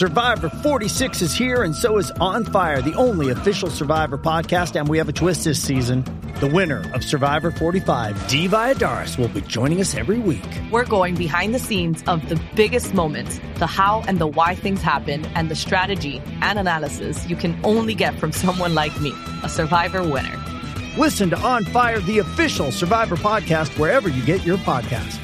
Survivor 46 is here, and so is On Fire, the only official Survivor podcast, and we have a twist this season. The winner of Survivor 45, Dee Valladares, will be joining us every week. We're going behind the scenes of the biggest moments, the how and the why things happen, and the strategy and analysis you can only get from someone like me, a Survivor winner. Listen to On Fire, the official Survivor podcast, wherever you get your podcast.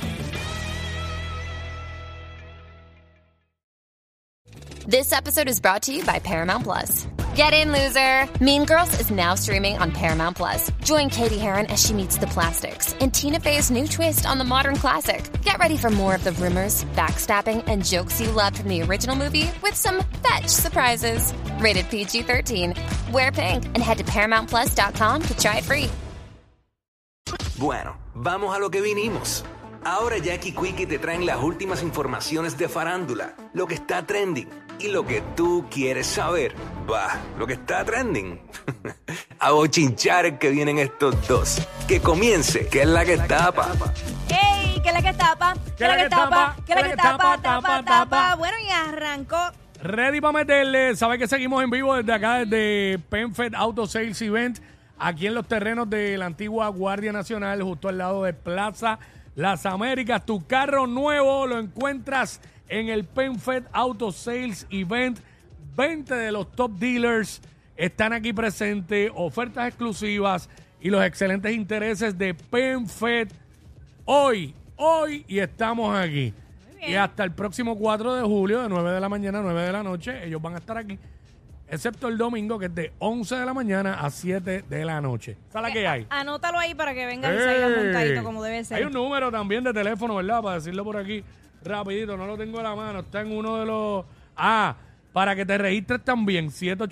This episode is brought to you by Paramount Plus. Get in, loser! Mean Girls is now streaming on Paramount Plus. Join Katie Heron as she meets the plastics in Tina Fey's new twist on the modern classic. Get ready for more of the rumors, backstabbing, and jokes you loved from the original movie with some fetch surprises. Rated PG-13. Wear pink and head to ParamountPlus.com to try it free. Bueno, vamos a lo que vinimos. Ahora Jackie Quickie te traen las últimas informaciones de farándula, lo que está trending y lo que tú quieres saber. Bah, lo que está trending. A bochinchar que vienen estos dos. Que comience, que es la que tapa. ¡Ey! ¿Qué es la que tapa? ¿Qué es la que tapa? ¿Qué es la que tapa? Tapa. Bueno, y arrancó. Ready para meterle. Sabes que seguimos en vivo desde acá, desde PenFed Auto Sales Event, aquí en los terrenos de la antigua Guardia Nacional, justo al lado de Plaza Las Américas. Tu carro nuevo lo encuentras en el PenFed Auto Sales Event. 20 de los top dealers están aquí presentes, ofertas exclusivas y los excelentes intereses de PenFed hoy, y estamos aquí. Y hasta el próximo 4 de julio, de 9 de la mañana a 9 de la noche, ellos van a estar aquí, excepto el domingo, que es de 11 de la mañana a 7 de la noche. ¿Sabes la que hay? Anótalo ahí para que venga y salga montadito como debe ser. Hay un número también de teléfono, ¿verdad? Para decirlo por aquí rapidito, no lo tengo en la mano, está en uno de los... para que te registres también,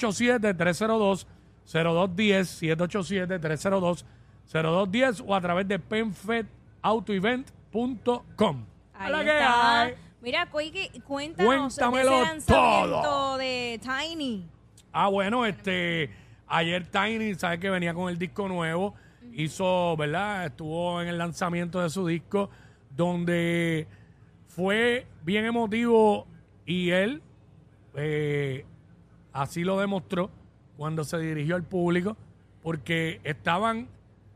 787-302-0210, 787-302-0210 o a través de penfedautoevent.com. Ahí está. Mira, Quickie, cuéntanos de ese lanzamiento todo de Tiny. Bueno, ayer Tiny, sabes que venía con el disco nuevo, hizo, ¿verdad? Estuvo en el lanzamiento de su disco, donde fue bien emotivo y él así lo demostró cuando se dirigió al público, porque estaban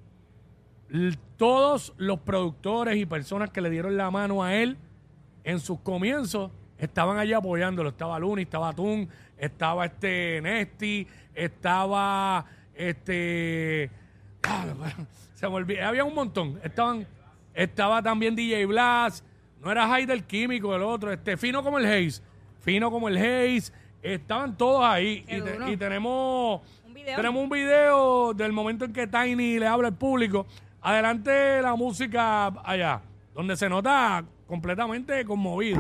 todos los productores y personas que le dieron la mano a él en sus comienzos, estaban allí apoyándolo. Estaba Luni, estaba Tun, estaba Nesty, estaba se me olvidó, había un montón. Estaba también DJ Blas, no era Jai del Químico, el otro, fino como el Haze, estaban todos ahí. Y tenemos un video del momento en que Tiny le habla al público. Adelante la música allá, donde se nota completamente conmovido.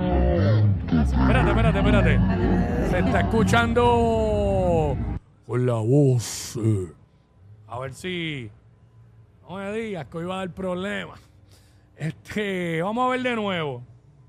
Espérate. Se está escuchando con la voz. A ver si... No me digas que hoy va a dar problema. Vamos a ver de nuevo.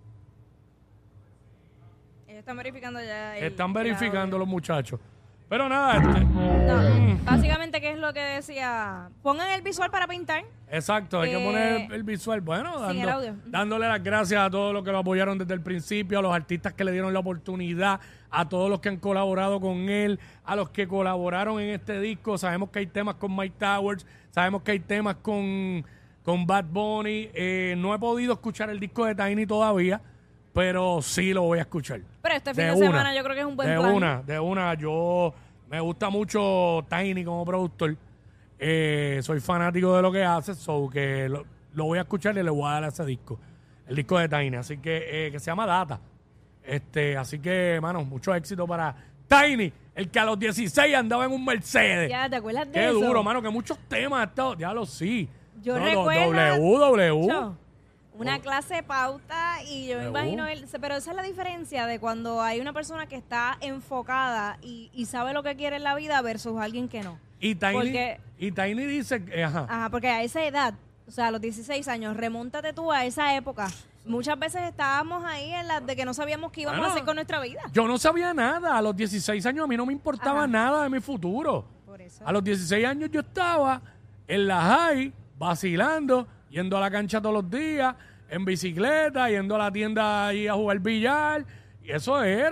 Ellos están verificando ya. Están verificando los muchachos. Pero nada, básicamente, ¿qué es lo que decía? Pongan el visual para pintar. Exacto, hay que poner el visual. Bueno, dándole las gracias a todos los que lo apoyaron desde el principio, a los artistas que le dieron la oportunidad, a todos los que han colaborado con él, a los que colaboraron en este disco. Sabemos que hay temas con Mike Towers, sabemos que hay temas con Bad Bunny. No he podido escuchar el disco de Tiny todavía, pero sí lo voy a escuchar. Pero este fin de semana yo creo que es un buen plan. De una. Yo me gusta mucho Tiny como productor. Soy fanático de lo que hace, que lo voy a escuchar y le voy a dar a ese disco. El disco de Tiny, así que se llama Data. Así que, mano, mucho éxito para Tiny, el que a los 16 andaba en un Mercedes. Ya, ¿te acuerdas de Qué eso? Qué duro, mano, que muchos temas ha estado. Ya lo sí. Yo recuerdo. W. Una clase pauta y yo me imagino pero esa es la diferencia de cuando hay una persona que está enfocada y sabe lo que quiere en la vida versus alguien que no. Y Tiny dice, porque a esa edad, o sea, a los 16 años, remóntate tú a esa época. Muchas veces estábamos ahí en las de que no sabíamos qué íbamos a hacer con nuestra vida. Yo no sabía nada. A los 16 años a mí no me importaba nada de mi futuro. Por eso. A los 16 años yo estaba en la high, vacilando, yendo a la cancha todos los días, en bicicleta, yendo a la tienda ahí a jugar billar. Y eso era.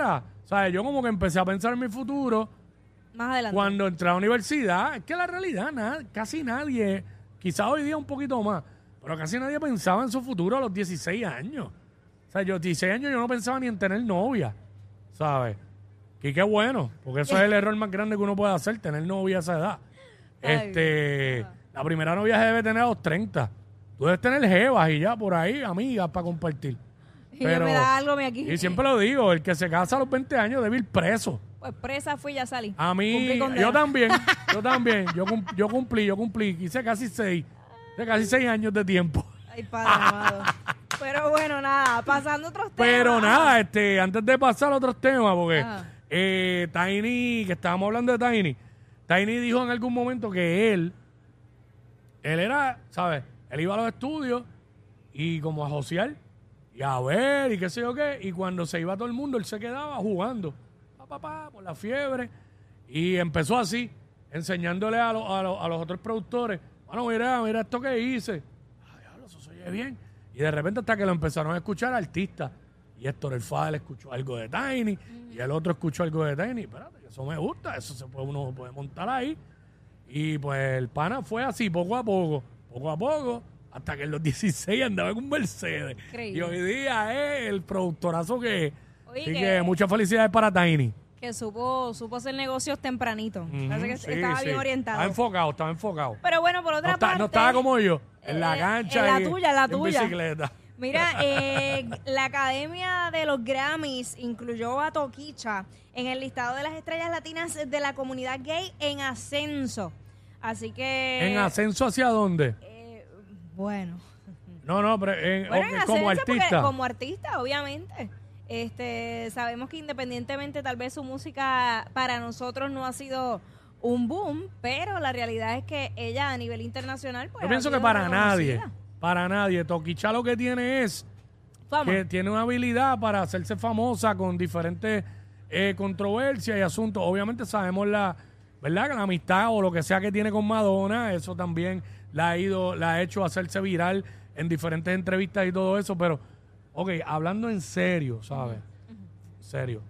¿Sabes? Yo como que empecé a pensar en mi futuro Más adelante. cuando entré a la universidad. Es que la realidad, casi nadie, quizás hoy día un poquito más, pero casi nadie pensaba en su futuro a los 16 años. O sea, yo 16 años yo no pensaba ni en tener novia, ¿sabes? Y qué bueno, porque eso es el error más grande que uno puede hacer, tener novia a esa edad. Ay, La primera novia se debe tener a los 30. Tú debes tener jevas y ya por ahí, amigas para compartir. Y yo me da algo aquí. Y siempre lo digo, el que se casa a los 20 años debe ir preso. Pues presa fui, ya salí. A mí, Cumplí condena. yo también. Yo cumplí. Hice casi 6 años de tiempo. Ay, padre amado. Pero bueno, nada, pasando a otros temas. Pero nada, antes de pasar a otros temas, porque Ajá. Tiny, que estábamos hablando de Tiny dijo en algún momento que él era, ¿sabes? Él iba a los estudios y como a josear y a ver y qué sé yo qué, y cuando se iba todo el mundo, él se quedaba jugando, por la fiebre, y empezó así, enseñándole a los otros productores, bueno, mira esto que hice, diablo, eso se oye bien, y de repente hasta que lo empezaron a escuchar artistas, y Héctor El Father escuchó algo de Tiny, y el otro escuchó algo de Tiny, espérate, eso me gusta, uno puede montar ahí, y pues el pana fue así, poco a poco, hasta que en los 16 andaba en un Mercedes. Increíble. Y hoy día es el productorazo que es. Oye, Así que- que muchas felicidades para Tiny. Que supo hacer negocios tempranito. Parece que Sí, estaba sí. bien orientado. Estaba enfocado. Pero bueno, por otra parte... No estaba como yo, en la eh, cancha en la y tuya, en la en tuya. bicicleta. Mira, la Academia de los Grammys incluyó a Toquicha en el listado de las estrellas latinas de la comunidad gay en ascenso. Así que... ¿En ascenso hacia dónde? Bueno. No, pero Bueno, en como ascenso porque artista. como artista, obviamente. Sabemos que independientemente tal vez su música para nosotros no ha sido un boom, pero la realidad es que ella a nivel internacional pues Yo ha pienso que sido para reconocida. nadie. Toquicha lo que tiene es Fama. que tiene una habilidad para hacerse famosa con diferentes controversias y asuntos. Obviamente sabemos ¿verdad? Que la amistad o lo que sea que tiene con Madonna, eso también la ha hecho hacerse viral en diferentes entrevistas y todo eso, pero, ok, hablando en serio, ¿sabes? En serio.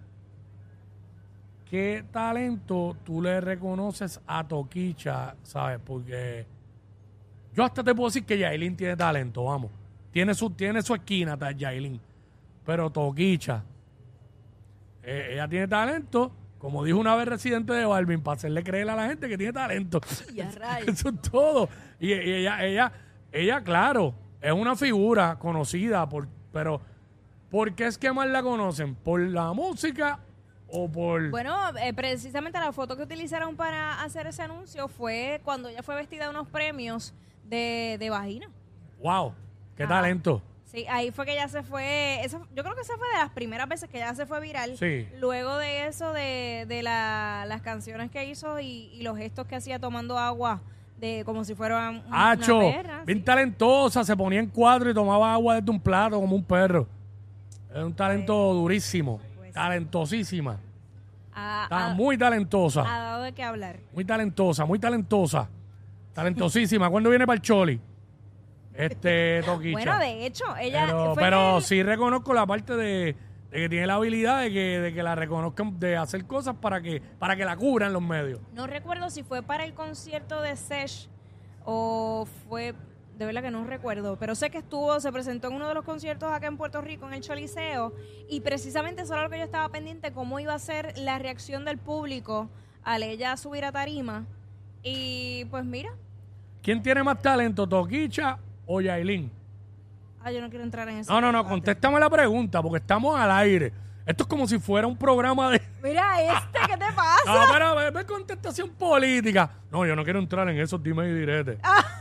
¿Qué talento tú le reconoces a Toquicha, ¿sabes? Porque yo hasta te puedo decir que Yailin tiene talento, vamos. Tiene su esquina, Yailin. Pero Toquicha, ella tiene talento, como dijo una vez Residente de Balvin, para hacerle creer a la gente que tiene talento. Y a rayos. Eso es todo. Y ella, claro, es una figura conocida, pero ¿por qué es que más la conocen? ¿Por la música o por...? Bueno, precisamente la foto que utilizaron para hacer ese anuncio fue cuando ella fue vestida de unos premios de vagina. ¡Wow! ¡Qué Ajá. talento! Sí, ahí fue que ella se fue, yo creo que esa fue de las primeras veces que ella se fue viral. Sí. Luego de eso, de las canciones que hizo y los gestos que hacía tomando agua, como si fuera una ¡Acho! perra. Bien Sí. talentosa, se ponía en cuadro y tomaba agua desde un plato como un perro. Es un talento durísimo, Pues, talentosísima. Ha Está muy talentosa, dado de qué hablar. muy talentosa. Talentosísima. ¿Cuándo viene para el Choli? Toquicha. Bueno, de hecho, ella pero sí reconozco la parte de que tiene la habilidad de que la reconozcan, de hacer cosas para que la cubran los medios. no recuerdo si fue para el concierto de Sesh o fue, de verdad que no recuerdo, pero sé que se presentó en uno de los conciertos acá en Puerto Rico, en el Choliseo, y precisamente eso era lo que yo estaba pendiente, cómo iba a ser la reacción del público al ella subir a tarima. Y pues mira, ¿Quién tiene más talento, Toquicha o Yailin? yo no quiero entrar en eso. No, contéstame la pregunta, porque estamos al aire. Esto es como si fuera un programa de... Mira ¿qué te pasa? No, pero ve contestación política. No, yo no quiero entrar en eso, dime y direte.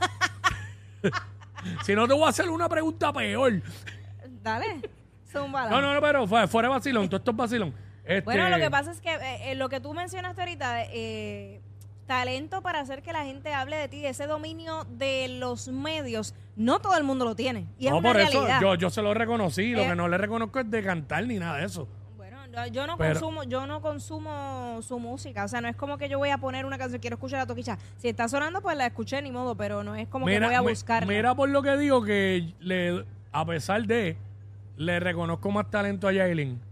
Si no, te voy a hacer una pregunta peor. Dale, zúmbala. No, pero fuera vacilón, todo esto es vacilón. Bueno, lo que pasa es que lo que tú mencionaste ahorita, talento para hacer que la gente hable de ti, ese dominio de los medios, no todo el mundo lo tiene. Y es No, una por eso realidad. yo se lo reconocí. Lo Eh, que no le reconozco es de cantar ni nada de eso. Bueno, yo no Pero- consumo su música. O sea, no es como que yo voy a poner una canción, quiero escuchar a Toquicha. Si está sonando, pues la escuché, ni modo, pero no es como que voy a buscarla. Mira por lo que digo que a pesar de, le reconozco más talento a Yailin.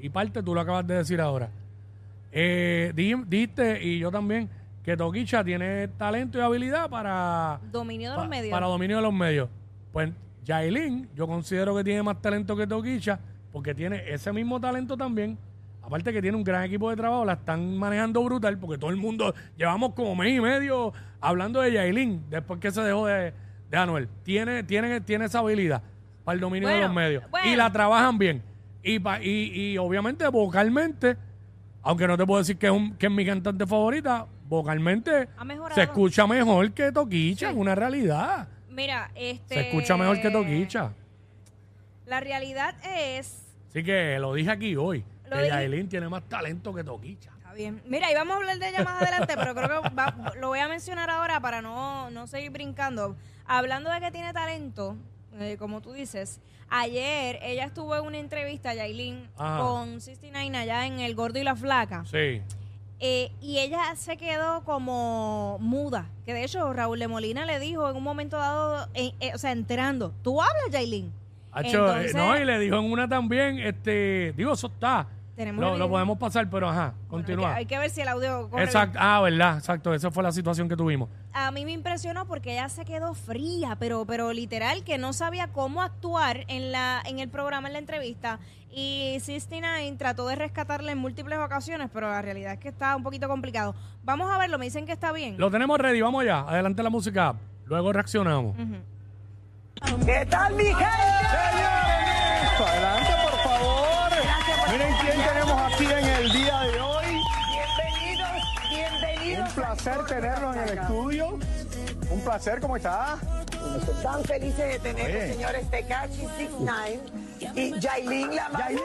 y parte tú lo acabas de decir ahora. Dijiste, y yo también, que Toquicha tiene talento y habilidad para Dominio de los medios. Para dominio de los medios. Pues Yailin, yo considero que tiene más talento que Toquicha, porque tiene ese mismo talento también. Aparte que tiene un gran equipo de trabajo, la están manejando brutal, porque todo el mundo, llevamos como mes y medio hablando de Yailin, después que se dejó de Anuel. Tiene esa habilidad para el dominio de los medios. Y la trabajan bien. Y obviamente vocalmente, aunque no te puedo decir que es mi cantante favorita, vocalmente se escucha mejor que Toquicha, es una realidad. Mira, se escucha mejor que Toquicha. La realidad es... Así que lo dije aquí hoy, que Yailin tiene más talento que Toquicha. Está bien. Mira, y vamos a hablar de ella más adelante, pero creo que lo voy a mencionar ahora para no seguir brincando. Hablando de que tiene talento, como tú dices, ayer ella estuvo en una entrevista, Yailin, con 69 allá en El Gordo y la Flaca. Sí. Y ella se quedó como muda, que de hecho Raúl de Molina le dijo en un momento dado, enterando, ¿tú hablas, Yailin? Entonces, no, y le dijo en una también, eso está. Lo podemos pasar, pero continúa. Hay que ver si el audio corre. Exacto, verdad, exacto, esa fue la situación que tuvimos. A mí me impresionó porque ella se quedó fría, pero literal que no sabía cómo actuar en el programa, en la entrevista. Y 69 trató de rescatarla en múltiples ocasiones, pero la realidad es que está un poquito complicado. Vamos a verlo, me dicen que está bien. Lo tenemos ready, vamos allá, adelante la música, luego reaccionamos. ¿Qué tal, mi gente? Señores, adelante, por favor. Miren quién tenemos aquí en el día de hoy. Bienvenidos. Un placer tenerlos en el estudio. Un placer, ¿cómo está? Tan felices de tener los señores Tekashi 69 y Yailin la más.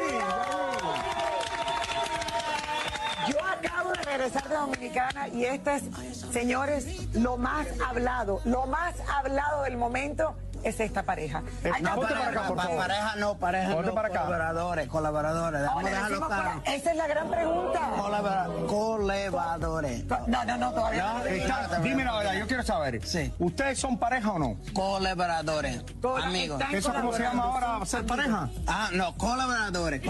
Yo acabo de regresar de Dominicana y este es, señores, lo más hablado del momento es esta pareja. Ponte para acá, por favor. Pareja no, para acá. Colaboradores. Esa es la gran pregunta. Colaboradores. No, todavía no. Dime la verdad, yo quiero saber. Sí. ¿Ustedes son pareja o no? Colaboradores. Amigos. ¿Eso cómo se llama ahora, ser pareja? No, colaboradores.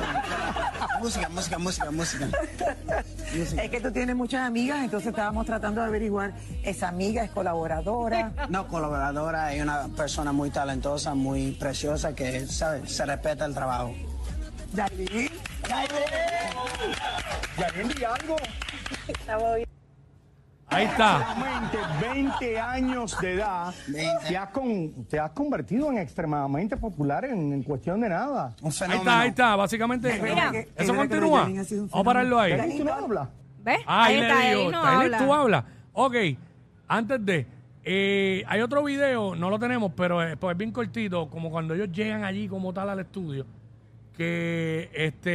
Música. Es que tú tienes muchas amigas, entonces estábamos tratando de averiguar, ¿esa amiga es colaboradora? No, colaboradora es una persona muy talentosa, muy preciosa, que se respeta el trabajo. Yailin, di algo. Ahí está. 20 años de edad, te has convertido en extremadamente popular en cuestión de nada. Un fenómeno. Ahí está, básicamente. Mira, eso continúa. Vamos a pararlo ahí. Yailin, ¿tú no hablas? ¿Ves? Ahí le Yailin digo, no Yailin, habla. tú hablas. Ok, antes de... hay otro video, no lo tenemos, pero es bien cortito, como cuando ellos llegan allí como tal al estudio, que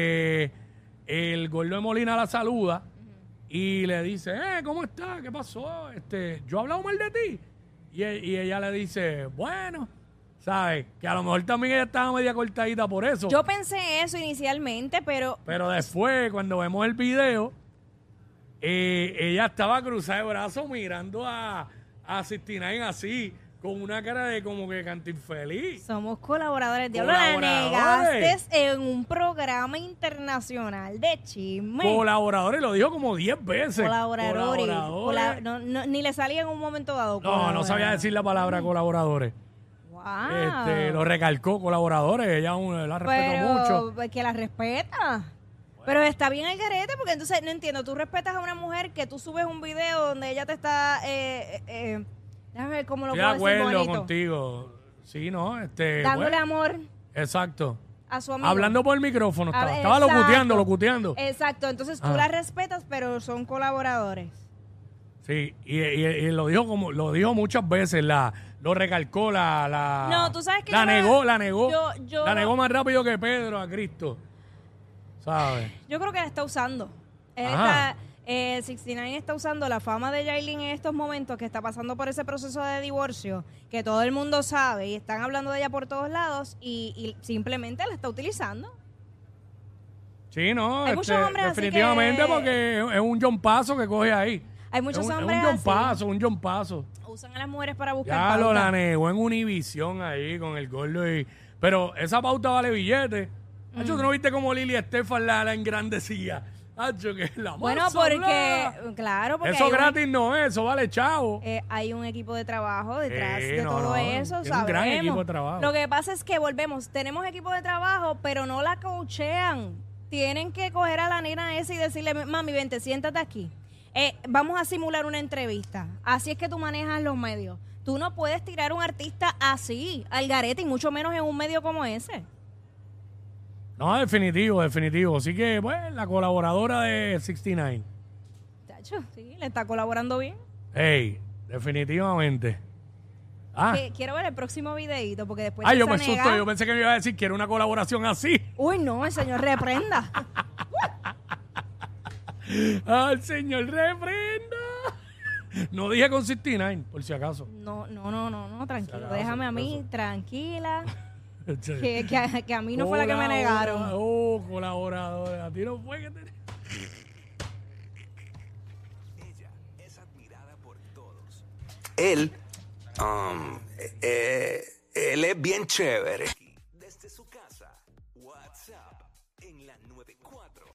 el Gordo de Molina la saluda y le dice, ¿cómo estás? ¿Qué pasó? Yo he hablado mal de ti. Y ella le dice, bueno, ¿sabes? Que a lo mejor también ella estaba media cortadita por eso. Yo pensé eso inicialmente, pero después, cuando vemos el video, ella estaba cruzada de brazos mirando a 69 así, con una cara de como que cantinfeliz. somos colaboradores. Diablo, la negaste en un programa internacional de chisme. Colaboradores, lo dijo como 10 veces. Colaboradores. Colaboradores. Ni le salía en un momento dado. No sabía decir la palabra colaboradores. Wow. Lo recalcó, colaboradores. Ella la respetó mucho. Pero que la respeta. Pero está bien el garete, porque entonces no entiendo. Tú respetas a una mujer que tú subes un video donde ella te está... déjame ver cómo lo Estoy de puedo decir acuerdo bonito. contigo. Sí, ¿no? Dándole amor Exacto. a su amigo. Hablando por el micrófono. Estaba Exacto. locuteando. Exacto. Entonces tú la respetas, pero son colaboradores. Sí, y lo dijo muchas veces, lo recalcó, No, tú sabes que la yo negó yo- la negó más rápido que Pedro a Cristo, ¿sabes? Yo creo que la está usando. Ajá. 69 está usando la fama de Yailin en estos momentos, que está pasando por ese proceso de divorcio, que todo el mundo sabe y están hablando de ella por todos lados y simplemente la está utilizando. Sí, no, Hay muchos hombres así definitivamente que- porque es un John Paso que coge ahí. Hay muchos es hombres un John Paso. usan a las mujeres para buscar Ya pauta. la negó en Univisión ahí con el gordo. Pero esa pauta vale billete. Hacho, ¿tú no viste cómo Lili Estefan la engrandecía? Hacho, que la Bueno, masa, porque, bla. claro, porque Eso hay gratis no es, eso vale chavo. hay un equipo de trabajo detrás de No, todo no, eso, tiene un gran sabemos. equipo de trabajo. Lo que pasa es que volvemos, tenemos equipo de trabajo, pero no la coachean. Tienen que coger a la nena esa y decirle, mami, vente, siéntate aquí. Vamos a simular una entrevista. Así es que tú manejas los medios. Tú no puedes tirar a un artista así, al garete, y mucho menos en un medio como ese. No, definitivo. Así que, pues, la colaboradora de 69. Tacho, sí, le está colaborando bien. Ey, definitivamente. Quiero ver el próximo videíto, porque después Yo me asustó. Yo pensé que me iba a decir que era una colaboración así. Uy, no, el señor reprenda. ¡Al señor reprenda! No dije con 69, por si acaso. No, tranquilo. Si acaso, Déjame a mí, eso. tranquila. Que a mí no fue la que me negaron. Colaboradora. A ti no fue que te... Ella es admirada por todos. Él es bien chévere. Desde su casa, WhatsApp en la 94.